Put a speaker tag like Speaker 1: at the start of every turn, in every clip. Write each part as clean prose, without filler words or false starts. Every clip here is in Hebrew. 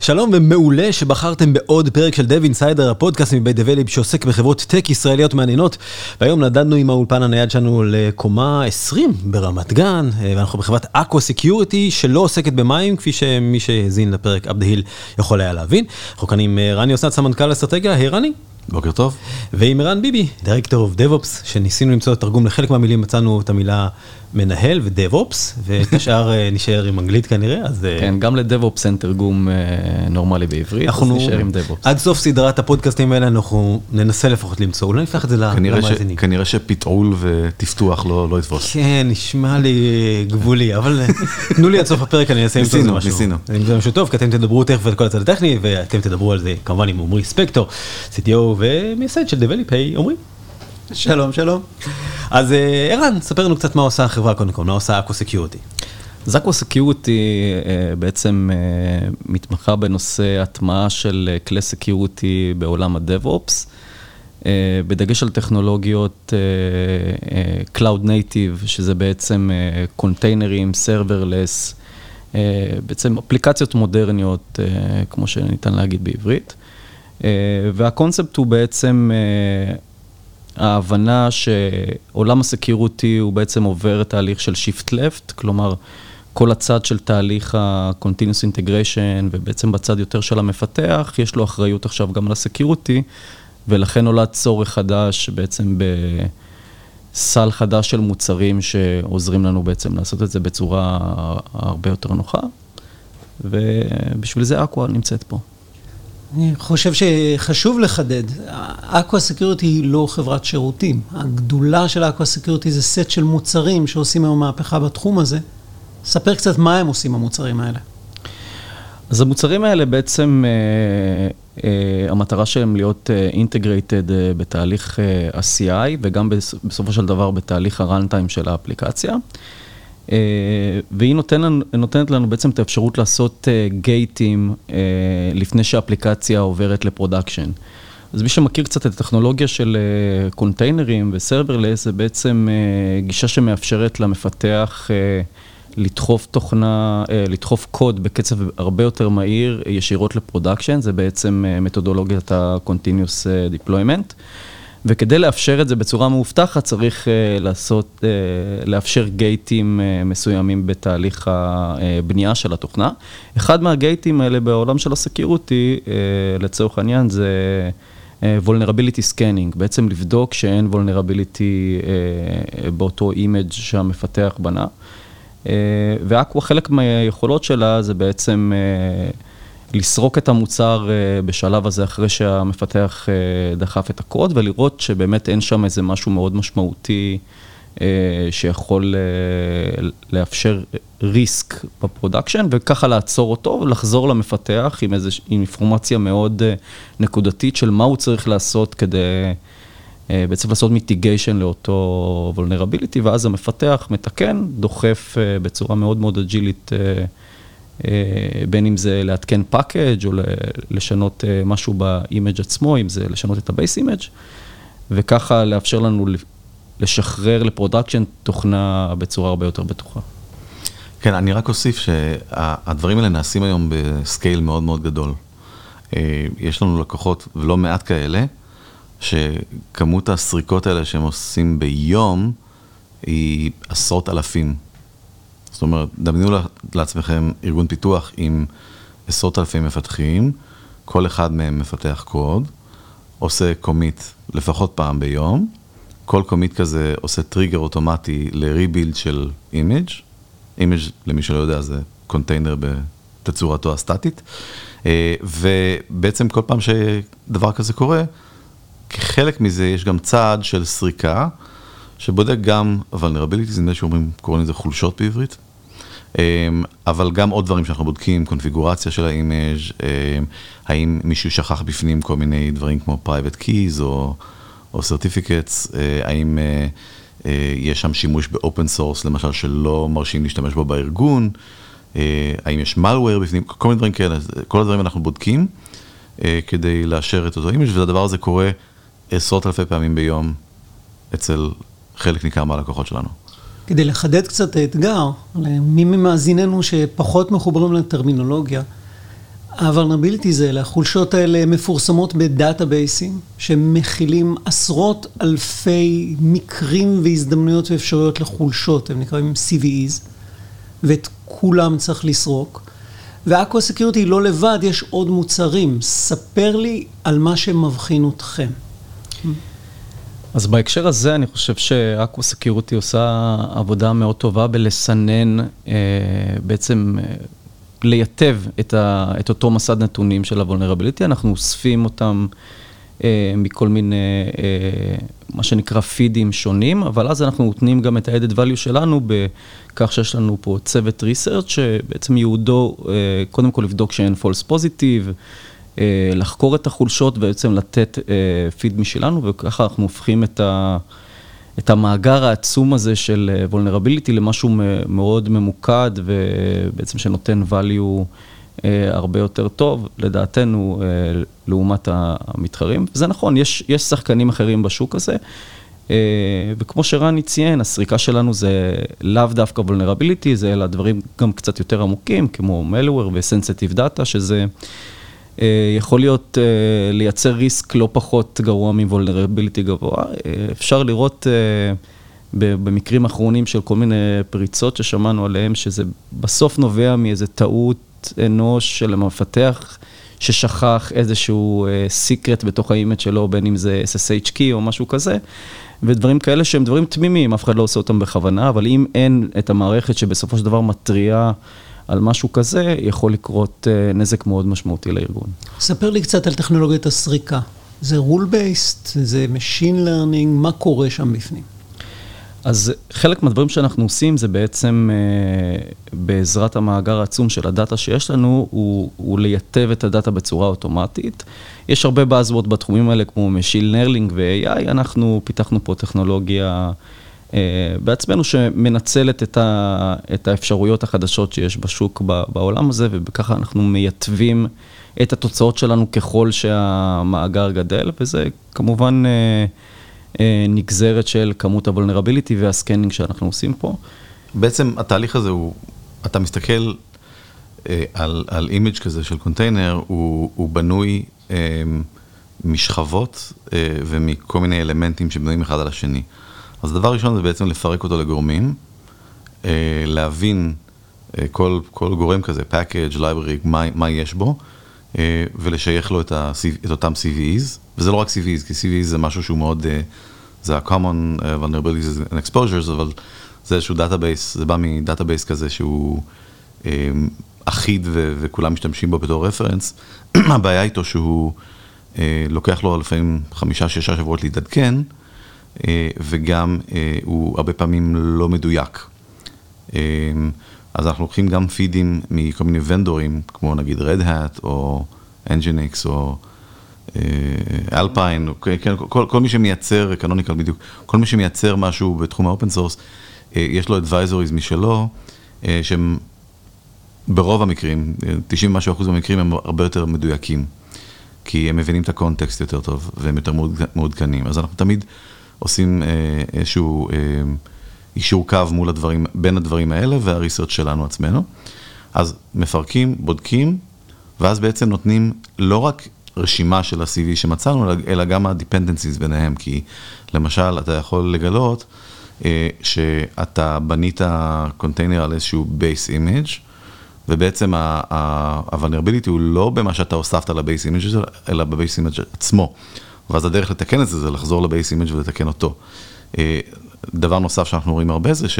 Speaker 1: שלום ומעולה שבחרתם בעוד פרק של Dev Insider, הפודקאסט מבית דבליפ שעוסק בחברות טק ישראליות מעניינות. והיום נדדנו עם האולפן הנייד שלנו לקומה 20 ברמת גן, ואנחנו בחברת Aqua Security שלא עוסקת במים, כפי שמי שהזין לפרק up the hill יכול היה להבין. אנחנו כאן עם רני אוסנת, סמנכ"ל אסטרטגיה. היי רני.
Speaker 2: בוקר טוב.
Speaker 1: ועם ערן ביבי, דירקטור אוף DevOps, שניסינו למצוא תרגום לחלק מהמילים, מצאנו את המילה מנהל ו-DevOps, ואת השאר נשאר עם אנגלית כנראה, אז... כן,
Speaker 3: גם ל-DevOps אין תרגום נורמלי בעברית, אז נשאר עם DevOps.
Speaker 1: עד סוף סדרת הפודקאסטים האלה אנחנו ננסה לפחות למצוא, אולי נפתח את זה למאזינים.
Speaker 2: כנראה שפתעול ותפתוח לא יתפוס.
Speaker 1: כן, נשמע לי גבולי, אבל תנו לי עד סוף הפרק, אני אנסה למצוא את זה משהו.
Speaker 2: ניסינו.
Speaker 1: זה משהו טוב, כי אתם תדברו תכף על כל הצד הטכני, ואתם תדברו על זה כמובן עם עומרי ספקטור, CTO ומייסד של דבליפ. היי עומרי.
Speaker 4: שלום, שלום.
Speaker 1: אז ערן, ספר לנו קצת מה עושה החברה קודם כל, מה עושה Aqua Security.
Speaker 3: אז Aqua Security בעצם מתמחה בנושא הטמעה של כלי סקיוריטי בעולם ה-DevOps, בדגש על טכנולוגיות Cloud Native, שזה בעצם קונטיינרים, Serverless, בעצם אפליקציות מודרניות, כמו שניתן להגיד בעברית. והקונספט הוא בעצם ההבנה שעולם הסקיוריטי הוא בעצם עובר את תהליך של shift left, כלומר כל הצד של תהליך ה-continuous integration ובעצם בצד יותר של המפתח, יש לו אחריות עכשיו גם על הסקיוריטי, ולכן עולה צורך חדש בעצם בסל חדש של מוצרים שעוזרים לנו בעצם לעשות את זה בצורה הרבה יותר נוחה, ובשביל זה Aqua נמצאת פה.
Speaker 4: אני חושב שחשוב לחדד, Aqua Security היא לא חברת שירותים. הגדולה של Aqua Security זה סט של מוצרים שעושים היום מהפכה בתחום הזה. ספר קצת מה הם עושים המוצרים האלה.
Speaker 3: אז המוצרים האלה בעצם, המטרה שלהם להיות integrated בתהליך ה-CI, וגם בסופו של דבר בתהליך ה-runtime של האפליקציה. והיא נותנת לנו בעצם את האפשרות לעשות גייטים לפני שהאפליקציה עוברת לפרודקשן. אז מי שמכיר קצת את הטכנולוגיה של קונטיינרים וסרברלס, זה בעצם גישה שמאפשרת למפתח לדחוף תוכנה, לדחוף קוד בקצב הרבה יותר מהיר ישירות לפרודקשן, זה בעצם מתודולוגיית ה-continuous deployment. וכדי לאפשר את זה בצורה מאובטחת, צריך לאפשר גייטים מסוימים בתהליך הבנייה של התוכנה. אחד מהגייטים האלה בעולם של הסקיוריטי, לצורך העניין, זה vulnerability scanning, בעצם לבדוק שאין vulnerability באותו image שהמפתח בנה. ואקווה, חלק מהיכולות שלה זה בעצם לסרוק את המוצר בשלב הזה אחרי שהמפתח דחף את הקוד, ולראות שבאמת אין שם איזה משהו מאוד משמעותי שיכול לאפשר ריסק בפרודקשן, וככה לעצור אותו ולחזור למפתח עם אינפורמציה מאוד נקודתית של מה הוא צריך לעשות כדי בעצם לעשות מיטיגיישן לאותו vulnerability, ואז המפתח מתקן, דוחף בצורה מאוד מאוד אג'ילית, בין אם זה להתקן פאקאג' או לשנות משהו באימג' עצמו, אם זה לשנות את הבייס אימג', וככה לאפשר לנו לשחרר לפרודקשן תוכנה בצורה הרבה יותר בטוחה.
Speaker 2: כן, אני רק אוסיף שהדברים האלה נעשים היום בסקייל מאוד מאוד גדול. יש לנו לקוחות ולא מעט כאלה, שכמות הסריקות האלה שהם עושים ביום היא עשרות אלפים. זאת אומרת, דמיינו לעצמכם ארגון פיתוח עם עשרות אלפי מפתחים, כל אחד מהם מפתח קוד, עושה קומיט לפחות פעם ביום, כל קומיט כזה עושה טריגר אוטומטי לריבילד של אימג'. אימג' למי שלא יודע זה קונטיינר בתצורתו הסטטית, ובעצם כל פעם שדבר כזה קורה, כחלק מזה יש גם צעד של סריקה, שבודק גם vulnerability, זה נראה שאומרים, קוראים לזה חולשות בעברית, אבל גם עוד דברים שאנחנו בודקים, קונפיגורציה של האימג', האם מישהו שכח בפנים כל מיני דברים כמו private keys או certificates, האם יש שם שימוש באופן סורס, למשל שלא מרשים להשתמש בו בארגון, האם יש malware בפנים, כל מיני דברים כאלה, כל הדברים אנחנו בודקים כדי לאשר את אותו אימג', והדבר הזה קורה עשרות אלפי פעמים ביום אצל חלק ניכר מהלקוחות שלנו.
Speaker 4: כדי לחדד קצת האתגר, למי ממאזיננו שפחות מחוברים לטרמינולוגיה, ה-vulnerabilities האלה, החולשות האלה מפורסמות בדאטאבייסים, שמכילים עשרות אלפי מקרים והזדמנויות ואפשרויות לחולשות, הם נקראים CVEs, ואת כולם צריך לסרוק. ואקווה סקיוריטי לא לבד, יש עוד מוצרים. ספר לי על מה שמבחין אתכם.
Speaker 3: אז בהקשר הזה אני חושב שאקווה סקיוריטי עושה עבודה מאוד טובה בלסנן, בעצם לייטב את אותו מסד נתונים של ה-vulnerability. אנחנו אוספים אותם מכל מיני, מה שנקרא פידים שונים, אבל אז אנחנו נותנים גם את ה-added value שלנו בכך שיש לנו פה צוות research, שבעצם ייעודו קודם כל לבדוק שאין false positive, לחקור את החולשות ובעצם לתת פיד משלנו, וככה אנחנו הופכים את המאגר העצום הזה של vulnerability למשהו מאוד ממוקד, ובעצם שנותן value הרבה יותר טוב, לדעתנו, לעומת המתחרים. וזה נכון, יש שחקנים אחרים בשוק הזה, וכמו שרני ציין, הסריקה שלנו זה לאו דווקא vulnerability, זה אלא דברים גם קצת יותר עמוקים, כמו malware ו-sensitive data, שזה יכול להיות לייצר ריסק לא פחות גרוע מ-vulnerability גבוה. אפשר לראות במקרים אחרונים של כל מיני פריצות ששמענו עליהם, שזה בסוף נובע מאיזו טעות אנוש של המפתח ששכח איזשהו סיקרט בתוך האימג' שלו, בין אם זה SSH key או משהו כזה, ודברים כאלה שהם דברים תמימים, אף אחד לא עושה אותם בכוונה, אבל אם אין את המערכת שבסופו של דבר מטריעה על משהו כזה, יכול לקרות נזק מאוד משמעותי לארגון.
Speaker 4: ספר לי קצת על טכנולוגיית הסריקה. זה rule-based, זה machine learning, מה קורה שם בפנים?
Speaker 3: אז חלק מהדברים שאנחנו עושים זה בעצם בעזרת המאגר העצום של הדאטה שיש לנו, הוא לייטב את הדאטה בצורה אוטומטית. יש הרבה באזוורד בתחומים האלה כמו Machine Learning ו-AI, אנחנו פיתחנו פה טכנולוגיה בעצמנו שמנצלת את האפשרויות החדשות שיש בשוק בעולם הזה, ובככה אנחנו מייטבים את התוצאות שלנו ככל שהמאגר גדל, וזה כמובן נגזרת של כמות ה-vulnerability והסקנינג שאנחנו עושים פה.
Speaker 2: בעצם התהליך הזה הוא, אתה מסתכל על אימג' כזה של קונטיינר, הוא בנוי משכבות ומכל מיני אלמנטים שבנויים אחד על השני. אז הדבר הראשון זה בעצם לפרק אותו לגורמים, להבין כל גורם כזה, package, library, מה יש בו, ולשייך לו את אותם CVEs, וזה לא רק CVEs, כי CVEs זה משהו שהוא מאוד, זה ה-common vulnerabilities and exposures, אבל זה איזשהו דאטאבייס, זה בא מדאטאבייס כזה שהוא אחיד וכולם משתמשים בו בתור רפרנס. הבעיה איתו שהוא לוקח לו לפעמים 5-6 שבועות להתעדכן, וגם הוא הרבה פעמים לא מדויק. אז אנחנו לוקחים גם פידים מכל מיני ונדורים, כמו נגיד Red Hat או Nginx או Alpine, כל מי שמייצר, Canonical בדיוק, כל מי שמייצר משהו בתחום האופן סורס, יש לו advisories משלו, שהם ברוב המקרים, 90% מהמקרים הם הרבה יותר מדויקים, כי הם מבינים את הקונטקסט יותר טוב, והם יותר מעודכנים. אז אנחנו תמיד עושים איזשהו אישור קו מול הדברים, בין הדברים האלה והריסרצ' שלנו עצמנו. אז מפרקים, בודקים, ואז בעצם נותנים לא רק רשימה של ה-CV שמצאנו, אלא גם ה-dependencies ביניהם, כי למשל אתה יכול לגלות שאתה בנית קונטיינר על איזשהו base image, ובעצם ה-vulnerability הוא לא במה שאתה הוספת ל-base image, אלא ב-base image עצמו. ואז הדרך לתקן את זה, זה לחזור ל-base image ולתקן אותו. דבר נוסף שאנחנו רואים הרבה זה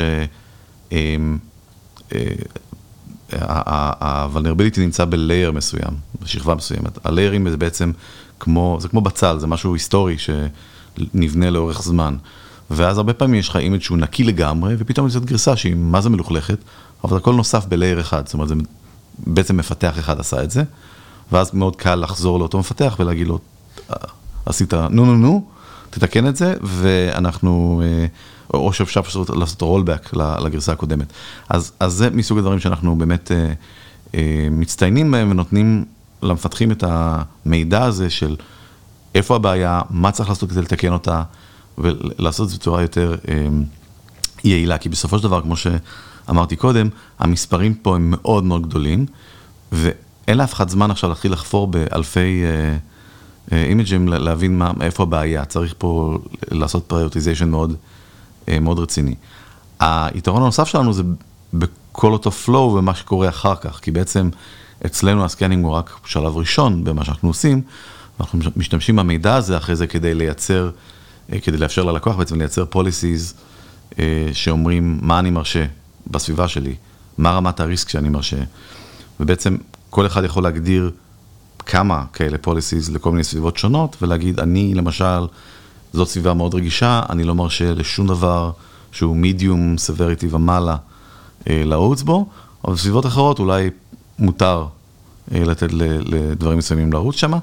Speaker 2: ה-vulnerability נמצא ב-layer מסוים, בשכבה מסוימת. ה-layering זה בעצם כמו בצל, זה משהו היסטורי שנבנה לאורך זמן. ואז הרבה פעמים יש לך אימג' שהוא נקי לגמרי, ופתאום יש גרסה שהיא מה זה מלוכלכת, אבל הכל נוסף ב-layer אחד, זאת אומרת, זה בעצם מפתח אחד עשה את זה, ואז מאוד קל לחזור לאותו מפתח ולהגיד לו, עשית נו, תתקן את זה, ואנחנו, או שאפשר פשוט לעשות רולבק לגרסה הקודמת. אז זה מסוג הדברים שאנחנו באמת מצטיינים בהם, ונותנים למפתחים את המידע הזה של איפה הבעיה, מה צריך לעשות כדי לתקן אותה, ולעשות את זה בצורה יותר יעילה, כי בסופו של דבר, כמו שאמרתי קודם, המספרים פה הם מאוד מאוד גדולים, אין לאף אחד זמן עכשיו להתחיל לחפור באלפי אימג'ים, להבין איפה הבעיה. צריך פה לעשות פריוריטיזיישן מאוד רציני. היתרון הנוסף שלנו זה בכל אותו פלואו ומה שקורה אחר כך, כי בעצם אצלנו הסקנינג הוא רק שלב ראשון במה שאנחנו עושים, ואנחנו משתמשים במידע הזה אחרי זה כדי לאפשר ללקוח בעצם לייצר policies שאומרים מה אני מרשה בסביבה שלי, מה רמת הריסק שאני מרשה, ובעצם כל אחד יכול להגדיר כמה כאלה policies לכל מיני סביבות שונות, ולהגיד, אני למשל, זאת סביבה מאוד רגישה, אני לא מרשה לשום דבר שהוא medium severity ומעלה לעוץ בו, אבל בסביבות אחרות אולי מותר לתת לדברים מסוימים לערוץ שמה.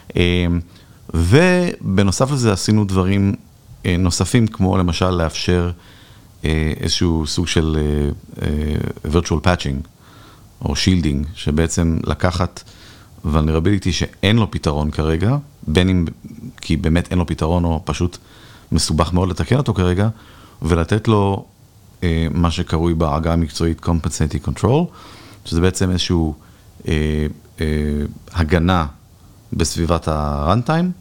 Speaker 2: ובנוסף לזה עשינו דברים נוספים, כמו למשל לאפשר איזשהו סוג של virtual patching או shielding, שבעצם לקחת vulnerability שאין לו פתרון כרגע, בין אם כי באמת אין לו פתרון או פשוט מסובך מאוד לתקן אותו כרגע, ולתת לו מה שקרוי בעגה המקצועית compensating control, שזה בעצם איזשהו הגנה בסביבת ה-runtime,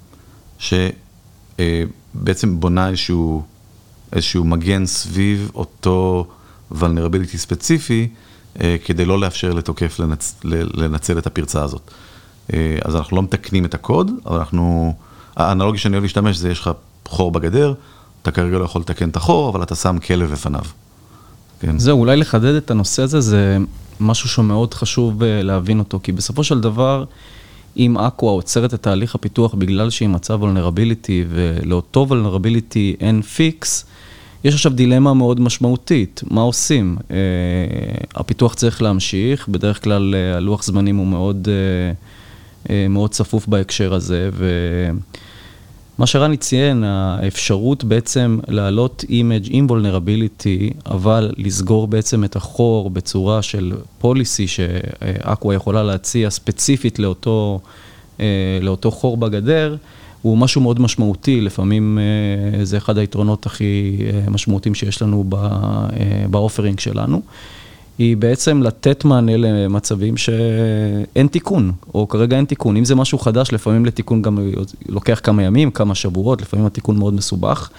Speaker 2: שבעצם בונה איזשהו מגן סביב אותו vulnerability ספציפי, כדי לא לאפשר לתוקף לנצל את הפרצה הזאת. אז אנחנו לא מתקנים את הקוד, אבל האנלוגיה שאני אוהב להשתמש זה, יש לך חור בגדר, אתה כרגע לא יכול לתקן את החור, אבל אתה שם כלב בפניו. כן.
Speaker 3: זהו, אולי לחדד את הנושא הזה, זה משהו שמאוד חשוב להבין אותו, כי בסופו של דבר, אם אקווה עוצרת את תהליך הפיתוח בגלל שהיא מצאה vulnerability, ולאותו vulnerability אין פיקס, יש עכשיו דילמה מאוד משמעותית. מה עושים? הפיתוח צריך להמשיך, בדרך כלל הלוח זמנים הוא מאוד צפוף בהקשר הזה, ומה שרני ציין, האפשרות בעצם להעלות אימג' עם vulnerability, אבל לסגור בעצם את החור בצורה של פוליסי שאקווה יכולה להציע ספציפית לאותו חור בגדר, הוא משהו מאוד משמעותי, לפעמים זה אחד היתרונות הכי משמעותיים שיש לנו באופרינג שלנו, היא בעצם לתת מענה למצבים שאין תיקון, או כרגע אין תיקון. אם זה משהו חדש, לפעמים לתיקון גם לוקח כמה ימים, כמה שבועות, לפעמים התיקון מאוד מסובך.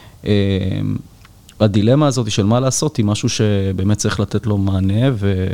Speaker 3: הדילמה הזאת של מה לעשות היא משהו שבאמת צריך לתת לו מענה,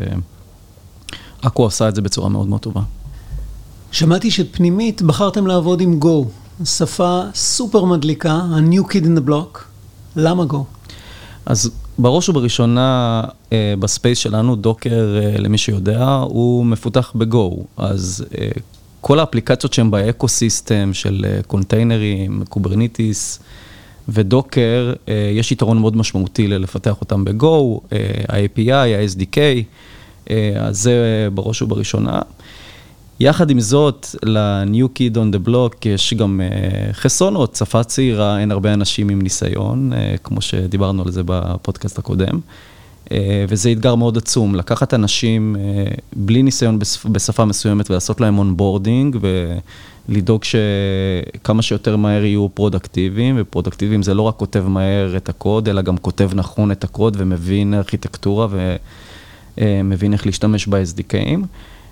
Speaker 3: ואקו עשה את זה בצורה מאוד מאוד טובה.
Speaker 4: שמעתי שפנימית בחרתם לעבוד עם Go, שפה סופר מדליקה, ה-new kid in the block. למה Go?
Speaker 3: אז בראש ובראשונה בספייס שלנו, דוקר, למי שיודע, הוא מפותח בגו. אז כל האפליקציות שהן באקוסיסטם של קונטיינרים, קוברניטיס ודוקר, יש יתרון מאוד משמעותי לפתח אותם בגו, ה-API, ה-SDK, אז זה בראש ובראשונה. יחד עם זאת, ל-New Kid on the Block יש גם חסרונות, שפה צעירה, אין הרבה אנשים עם ניסיון, כמו שדיברנו על זה בפודקאסט הקודם, וזה אתגר מאוד עצום, לקחת אנשים בלי ניסיון בשפה מסוימת ולעשות להם אונבורדינג, ולדאוג שכמה שיותר מהר יהיו פרודקטיביים, ופרודקטיביים זה לא רק כותב מהר את הקוד, אלא גם כותב נכון את הקוד, ומבין ארכיטקטורה, ומבין איך להשתמש ב-SDKים.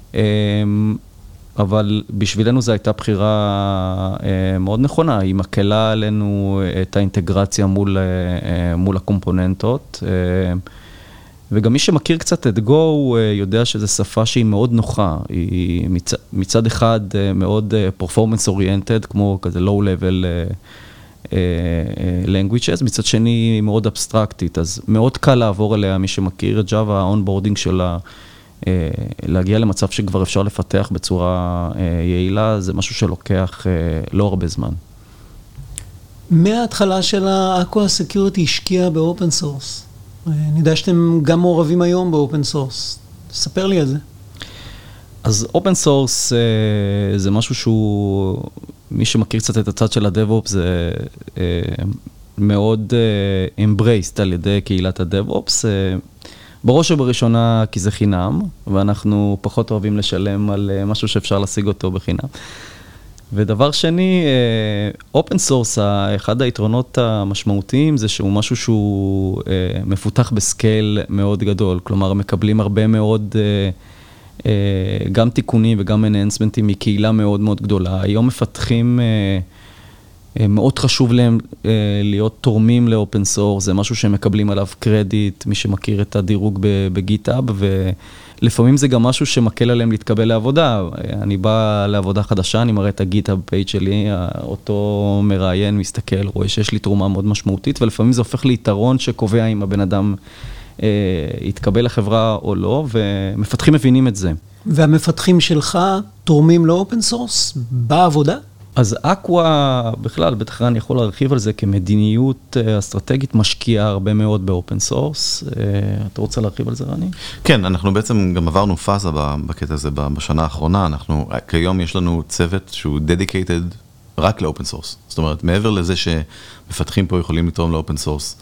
Speaker 3: אבל בשבילנו זו הייתה בחירה מאוד נכונה, היא מקלה עלינו את האינטגרציה מול הקומפוננטות, וגם מי שמכיר קצת את Go יודע שזו שפה שהיא מאוד נוחה, היא מצד אחד מאוד performance oriented, כמו כזה low level languages, מצד שני היא מאוד אבסטרקטית, אז מאוד קל לעבור אליה, מי שמכיר את Java, האונבורדינג שלה, להגיע למצב שכבר אפשר לפתח בצורה יעילה, זה משהו שלוקח לא הרבה זמן.
Speaker 4: מההתחלה של האקווה סקיוריטי השקיע באופן סורס. אני יודע שאתם גם מעורבים היום באופן סורס. ספר לי על זה.
Speaker 3: אז אופן סורס זה משהו שהוא, מי שמכיר קצת את הצד של הדב-אופס, זה מאוד embraced על ידי קהילת הדב-אופס, בראש ובראשונה כי זה חינם, ואנחנו פחות אוהבים לשלם על משהו שאפשר להשיג אותו בחינם. ודבר שני, אופן סורס, אחד היתרונות המשמעותיים זה שהוא משהו שהוא מפותח בסקייל מאוד גדול, כלומר מקבלים הרבה מאוד גם תיקונים וגם enhancementים מקהילה מאוד מאוד גדולה. היום מפתחים, מאוד חשוב להם להיות תורמים לאופן סורס, זה משהו שהם מקבלים עליו קרדיט, מי שמכיר את הדירוג בגיטהאב, ולפעמים זה גם משהו שמקל עליהם להתקבל לעבודה. אני בא לעבודה חדשה, אני מראה את הגיטהאב פייג' שלי, אותו מראיין, מסתכל, רואה שיש לי תרומה מאוד משמעותית, ולפעמים זה הופך ליתרון שקובע אם הבן אדם יתקבל לחברה או לא, ומפתחים מבינים את זה.
Speaker 4: והמפתחים שלך תורמים לאופן סורס בעבודה?
Speaker 3: אז אקווה, בכלל, בטח אני יכול להרחיב על זה כמדיניות אסטרטגית, משקיעה הרבה מאוד באופן סורס. אתה רוצה להרחיב על זה, רני?
Speaker 2: כן, אנחנו בעצם גם עברנו פאזה בקטע הזה בשנה האחרונה. כיום יש לנו צוות שהוא dedicated רק לאופן סורס. זאת אומרת, מעבר לזה שמפתחים פה יכולים לתרום לאופן סורס,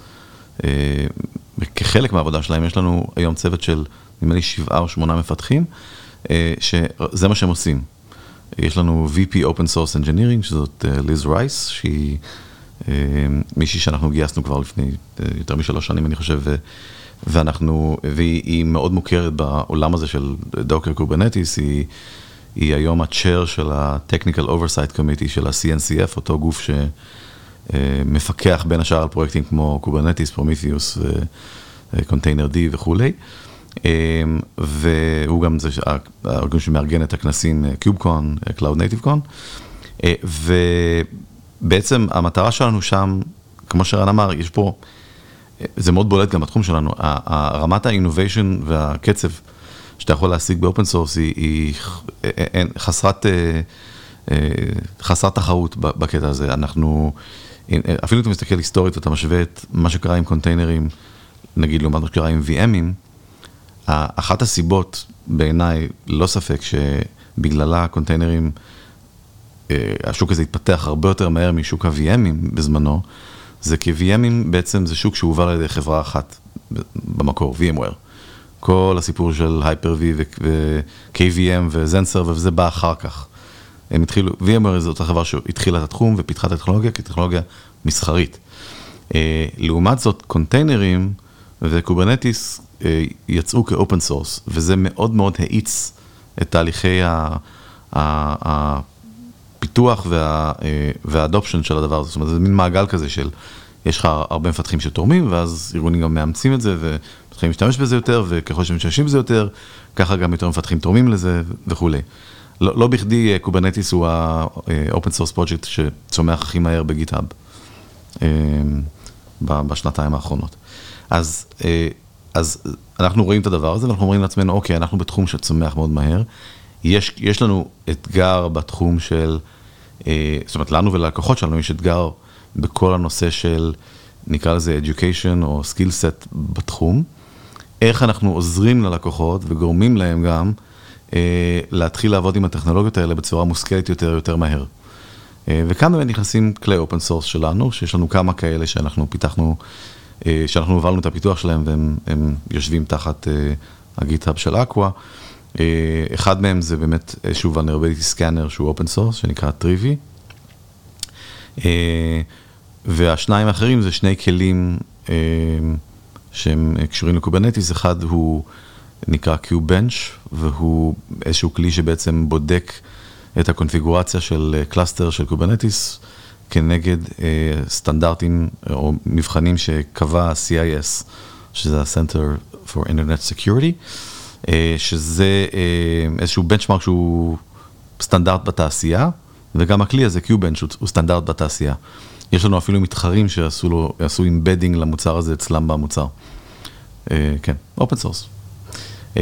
Speaker 2: כחלק מהעבודה שלהם, יש לנו היום צוות של, נדמה לי, 7 או 8 מפתחים, שזה מה שהם עושים. יש לנו VP Open Source Engineering, שזאת ליז רייס, שהיא מישהי שאנחנו גייסנו כבר לפני יותר מ3 שנים, אני חושב, והיא מאוד מוכרת בעולם הזה של דוקר קוברנטיס, היא היום הצ'ר של ה-Technical Oversight Committee של ה-CNCF, אותו גוף שמפקח בין השאר על פרויקטים כמו קוברנטיס, פרומיתיוס ו-Container D וכולי. והוא גם זה הארגון שמארגן את הכנסים QubeCon, Cloud Native Con, ובעצם המטרה שלנו שם, כמו שרן אמר, יש פה, זה מאוד בולט גם בתחום שלנו, רמת ה-innovation והקצב שאתה יכול להשיג באופן סורס היא חסרת תחרות בקטע הזה. אנחנו, אפילו אתה מסתכל היסטורית ואתה משווה את מה שקרה עם קונטיינרים, נגיד לעומת מה שקרה עם VM'ים, אחת הסיבות בעיניי, לא ספק, שבגללה הקונטיינרים, השוק הזה התפתח הרבה יותר מהר משוק ה-VM'ים בזמנו, זה כי VM'ים בעצם זה שוק שהובל על ידי חברה אחת במקור, VMware. כל הסיפור של Hyper-V ו-KVM ו-ZenServer, וזה בא אחר כך. הם התחילו, VMware זו אותה חברה שהתחילה את התחום ופיתחה את הטכנולוגיה כטכנולוגיה מסחרית. לעומת זאת, קונטיינרים וקוברנטיס יצאו כאופן סורס, וזה מאוד מאוד האיץ את תהליכי הפיתוח והאדופשן של הדבר הזה. זאת אומרת, זה מין מעגל כזה של, יש לך הרבה מפתחים שתורמים, ואז ארגונים גם מאמצים את זה, ומתחילים להשתמש בזה יותר, וככל שמשתמשים בזה יותר, ככה גם יותר מפתחים תורמים לזה וכו'. לא בכדי קוברנטיס הוא האופן סורס פרויקט שצומח הכי מהר בגיטהאב בשנתיים האחרונות. אז אנחנו רואים את הדבר הזה, ואנחנו אומרים לעצמנו, אוקיי, אנחנו בתחום שצומח מאוד מהר, יש לנו אתגר בתחום של, זאת אומרת, לנו וללקוחות שלנו יש אתגר בכל הנושא של, נקרא לזה education או skill set בתחום, איך אנחנו עוזרים ללקוחות וגורמים להם גם להתחיל לעבוד עם הטכנולוגיות האלה בצורה מושכלת יותר מהר. וכאן באמת נכנסים כלי אופן סורס שלנו, שיש לנו כמה כאלה שאנחנו פיתחנו, שאנחנו הובלנו את הפיתוח שלהם, והם יושבים תחת הגיטהאב של אקווה. אחד מהם זה באמת איזשהו vulnerability scanner שהוא open source, שנקרא טריבי. והשניים האחרים זה שני כלים שהם קשורים לקוברנטיס. אחד הוא נקרא Kubebench, והוא איזשהו כלי שבעצם בודק את הקונפיגורציה של קלאסטר של קוברנטיס, כנגד סטנדרטים או מבחנים שקבע CIS, שזה ה-Center for Internet Security, שזה איזשהו בנצ'מרק שהוא סטנדרט בתעשייה, וגם הכלי הזה, Kubebench, הוא סטנדרט בתעשייה. יש לנו אפילו מתחרים שעשו אימבדינג למוצר הזה אצלם במוצר. כן, open source.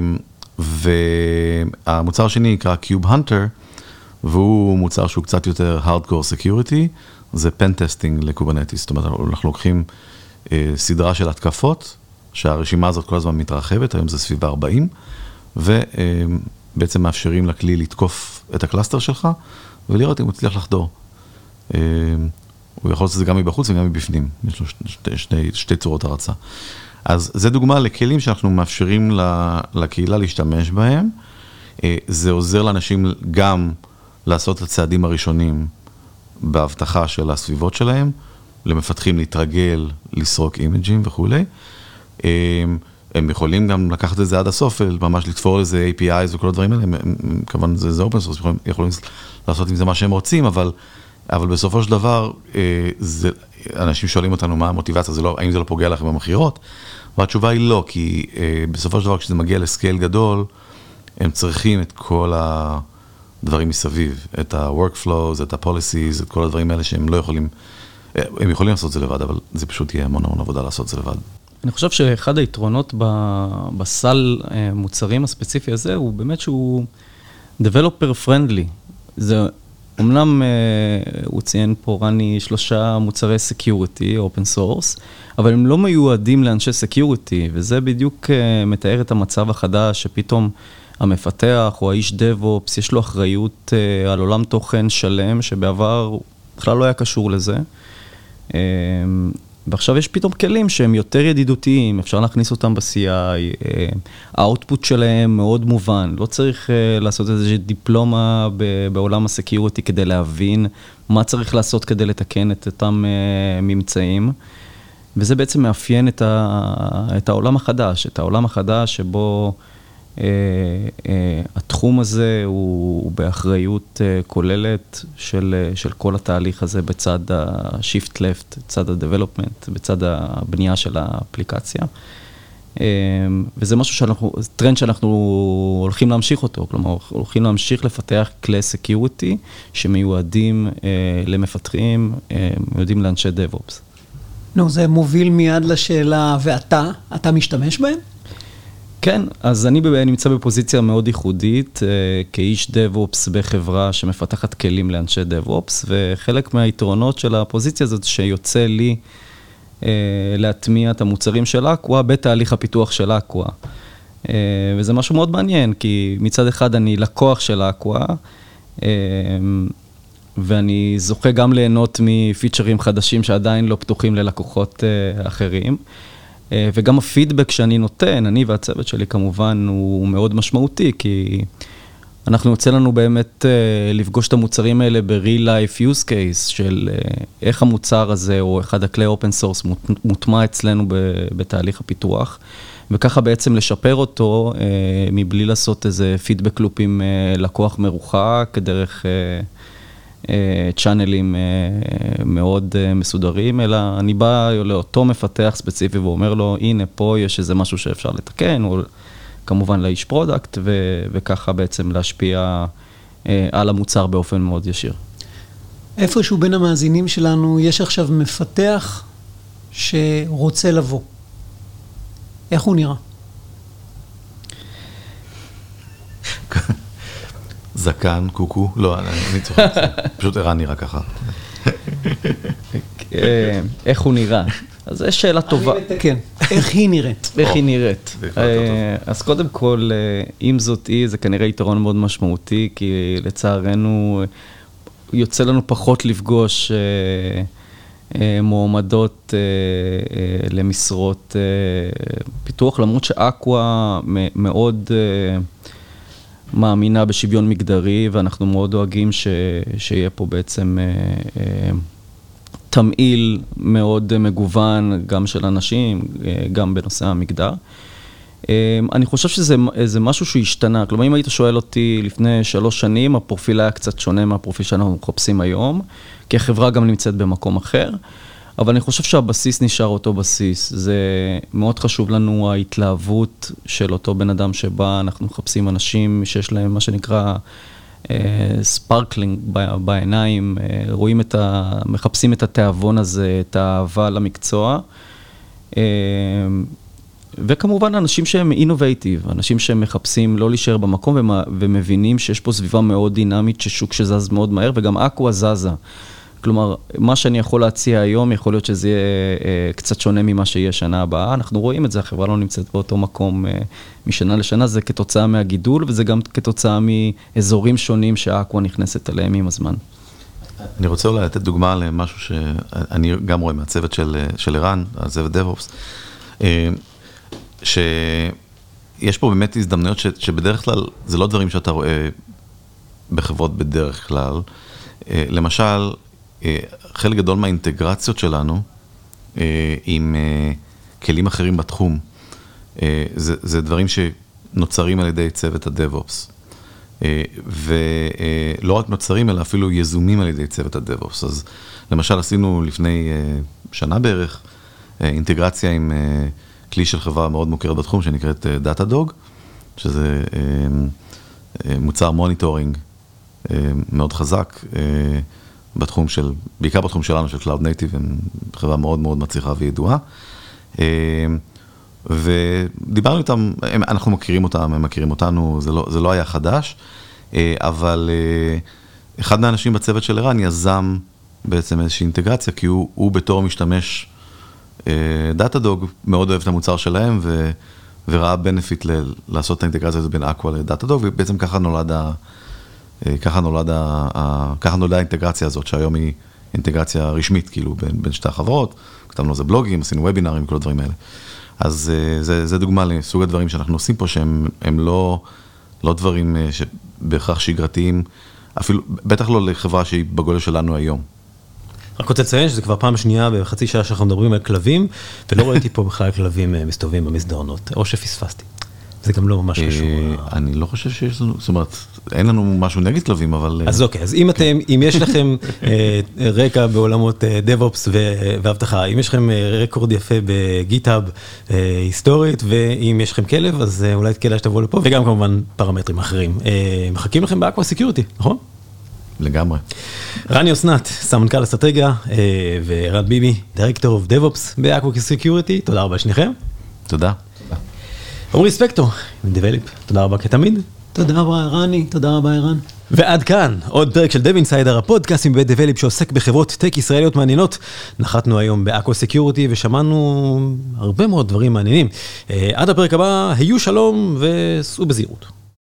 Speaker 2: והמוצר השני נקרא Cube Hunter, והוא מוצר שהוא קצת יותר Hardcore Security, זה Pen Testing לקוברנטיס. זאת אומרת, אנחנו לוקחים סדרה של התקפות, שהרשימה הזאת כל הזמן מתרחבת, היום זה סביב 40, ובעצם מאפשרים לכלי לתקוף את הקלאסטר שלך, ולראות אם הוא הצליח לחדור. הוא יכול לעשות את זה גם מבחוץ וגם מבפנים, יש לו שתי צורות הרצה. אז זה דוגמה לכלים שאנחנו מאפשרים לקהילה להשתמש בהם, זה עוזר לאנשים גם לעשות את הצעדים הראשונים בהבטחה של הסביבות שלהם, למפתחים להתרגל, לסרוק אימג'ים וכו'. הם יכולים גם לקחת את זה עד הסוף, ממש לתפור לזה APIs וכל הדברים האלה, כמובן זה open source, יכולים לעשות עם זה מה שהם רוצים, אבל בסופו של דבר, אנשים שואלים אותנו מה המוטיבציה, האם זה לא פוגע לכם במחירות? והתשובה היא לא, כי בסופו של דבר כשזה מגיע לסקייל גדול, הם צריכים את כל הדברים מסביב, את ה-workflows, את ה-policies, את כל הדברים האלה שהם לא יכולים, הם יכולים לעשות את זה לבד, אבל זה פשוט יהיה המון עבודה לעשות את זה לבד.
Speaker 3: אני חושב שאחד היתרונות בסל מוצרים הספציפי הזה, הוא באמת שהוא developer friendly. זה אמנם הוא ציין פה רני 3 מוצרי security, open source, אבל הם לא מיועדים לאנשי security, וזה בדיוק מתאר את המצב החדש, שפתאום המפתח או האיש DevOps, יש לו אחריות על עולם תוכן שלם, שבעבר בכלל לא היה קשור לזה. ועכשיו יש פתאום כלים שהם יותר ידידותיים, אפשר להכניס אותם ב-CI, האוטפוט שלהם מאוד מובן, לא צריך לעשות איזושהי דיפלומה בעולם הסקיוריטי כדי להבין מה צריך לעשות כדי לתקן את אותם ממצאים, וזה בעצם מאפיין את העולם החדש, שבו התחום הזה הוא באחריות כוללת של כל התהליך הזה בצד ה-shift left, בצד ה-development, בצד הבנייה של האפליקציה. וזה משהו טרנד שאנחנו הולכים להמשיך אותו, כלומר, הולכים להמשיך לפתח כלי security שמיועדים למפתחים, מיועדים לאנשי DevOps.
Speaker 4: נו, זה מוביל מיד לשאלה, ואתה משתמש בהם?
Speaker 3: כן, אז אני נמצא בפוזיציה מאוד ייחודית, כאיש DevOps בחברה שמפתחת כלים לאנשי DevOps, וחלק מהיתרונות של הפוזיציה הזאת שיוצא לי להטמיע את המוצרים של אקווה בתהליך הפיתוח של אקווה. וזה משהו מאוד מעניין, כי מצד אחד אני לקוח של אקווה, ואני זוכה גם ליהנות מפיצ'רים חדשים שעדיין לא פתוחים ללקוחות אחרים. וגם הפידבק שאני נותן, אני והצוות שלי כמובן, הוא מאוד משמעותי, כי אנחנו יוצא לנו באמת לפגוש את המוצרים האלה ב-real life use case, של איך המוצר הזה, או אחד הכלי open source, מוטמע אצלנו בתהליך הפיתוח, וככה בעצם לשפר אותו, מבלי לעשות איזה פידבק לופ עם לקוח מרוחק, דרך צ'אנלים מאוד מסודרים, אלא אני בא לאותו מפתח ספציפי ואומר לו, הנה פה יש איזה משהו שאפשר לתקן, או כמובן לאיש פרודקט, וככה בעצם להשפיע על המוצר באופן מאוד ישיר.
Speaker 4: איפשהו בין המאזינים שלנו יש עכשיו מפתח שרוצה לבוא. איך הוא נראה?
Speaker 2: זקן, קוקו, לא, אני צוחק, פשוט ערן נראה ככה.
Speaker 3: איך הוא נראה? אז זו שאלה טובה.
Speaker 4: כן, איך היא נראית?
Speaker 3: איך היא נראית. אז קודם כל, אם זאת היא, זה כנראה יתרון מאוד משמעותי, כי לצערנו יוצא לנו פחות לפגוש מועמדות למשרות פיתוח, למרות שאקווה מאוד מאמינה בשוויון מגדרי, ואנחנו מאוד דואגים שיהיה פה בעצם תמעיל מאוד מגוון, גם של אנשים, גם בנושא המגדר. אני חושב שזה משהו שהשתנה, כלומר, אם היית שואל אותי לפני 3 שנים, הפרופיל היה קצת שונה מהפרופיל שאנחנו מחפשים היום, כי החברה גם נמצאת במקום אחר, אבל אני חושב שהבסיס נשאר אותו בסיס. זה מאוד חשוב לנו ההתלהבות של אותו בן אדם שבה אנחנו מחפשים אנשים שיש להם מה שנקרא ספרקלינג בעיניים, מחפשים את התיאבון הזה, את האהבה למקצוע, וכמובן אנשים שהם אינובייטיב, אנשים שהם מחפשים לא להישאר במקום ומבינים שיש פה סביבה מאוד דינמית, ששוק שזז מאוד מהר, וגם אקווה זזה. כלומר, מה שאני יכול להציע היום, יכול להיות שזה יהיה קצת שונה ממה שיהיה שנה הבאה. אנחנו רואים את זה, החברה לא נמצאת באותו מקום משנה לשנה, זה כתוצאה מהגידול, וזה גם כתוצאה מאזורים שונים שהאקווה נכנסת אליהם עם הזמן.
Speaker 2: אני רוצה אולי לתת דוגמה למשהו שאני גם רואה מהצוות של ערן, הצוות DevOps, שיש פה באמת הזדמנויות שבדרך כלל זה לא דברים שאתה רואה בחברות בדרך כלל. למשל, חלק גדול מהאינטגרציות שלנו עם כלים אחרים בתחום, זה דברים שנוצרים על ידי צוות ה-DevOps. ולא רק נוצרים, אלא אפילו יזומים על ידי צוות ה-DevOps. אז למשל עשינו לפני שנה בערך, אינטגרציה עם כלי של חברה מאוד מוכרת בתחום, שנקראת Datadog, שזה מוצר מוניטורינג מאוד חזק, בתחום של, בעיקר בתחום שלנו, של Cloud Native, הם חברה מאוד מאוד מצליחה וידועה. ודיברנו איתם, אנחנו מכירים אותם, הם מכירים אותנו, זה לא היה חדש, אבל אחד מהאנשים בצוות של ערן יזם בעצם איזושהי אינטגרציה, כי הוא בתור משתמש דאטאדוג, מאוד אוהב את המוצר שלהם, וראה בנפיט לעשות את האינטגרציה הזאת בין אקווה לדאטאדוג, ובעצם ככה נולדה האינטגרציה הזאת, שהיום היא אינטגרציה רשמית, כאילו, בין שתי החברות, כתבנו על זה בלוגים, עשינו וובינרים, כל הדברים האלה. אז זה דוגמה לסוג הדברים שאנחנו עושים פה, שהם לא דברים שבהכרח שגרתיים, אפילו, בטח לא לחברה שהיא בגודל שלנו היום.
Speaker 1: רק רוצה לציין שזה כבר פעם שנייה בחצי שעה שאנחנו מדברים על כלבים, ולא ראיתי פה בכלל כלבים מסתובבים במסדרונות, או שפספסתי. זה גם לא ממש קשור.
Speaker 2: אני לא חושב שיש לנו, זאת אומרת, אין לנו משהו נגד כלבים, אבל...
Speaker 1: אז אוקיי, אז אם יש לכם רקע בעולמות DevOps והבטחה, אם יש לכם רקורד יפה בגיטהאב היסטורית, ואם יש לכם כלב, אז אולי כדאי שתבואו לפה, וגם כמובן פרמטרים אחרים. מחכים לכם באקווה סקיוריטי, נכון?
Speaker 2: לגמרי.
Speaker 1: רני אסנת, סמנכ"ל אסטרטגיה, וערן ביבי, דירקטור אוף DevOps באקווה סקיוריטי. תודה רבה שניכם.
Speaker 2: תודה.
Speaker 1: עמרי ספקטור, מדבליפ, תודה רבה כתמיד.
Speaker 4: תודה רבה רני, תודה רבה ערן.
Speaker 1: ועד כאן, עוד פרק של Dev Insider, הפודקאסט מבית דבליפ שעוסק בחברות טק ישראליות מעניינות. נחתנו היום באקווה סקיוריטי ושמענו הרבה מאוד דברים מעניינים. עד הפרק הבא, היו שלום וסעו בזהירות.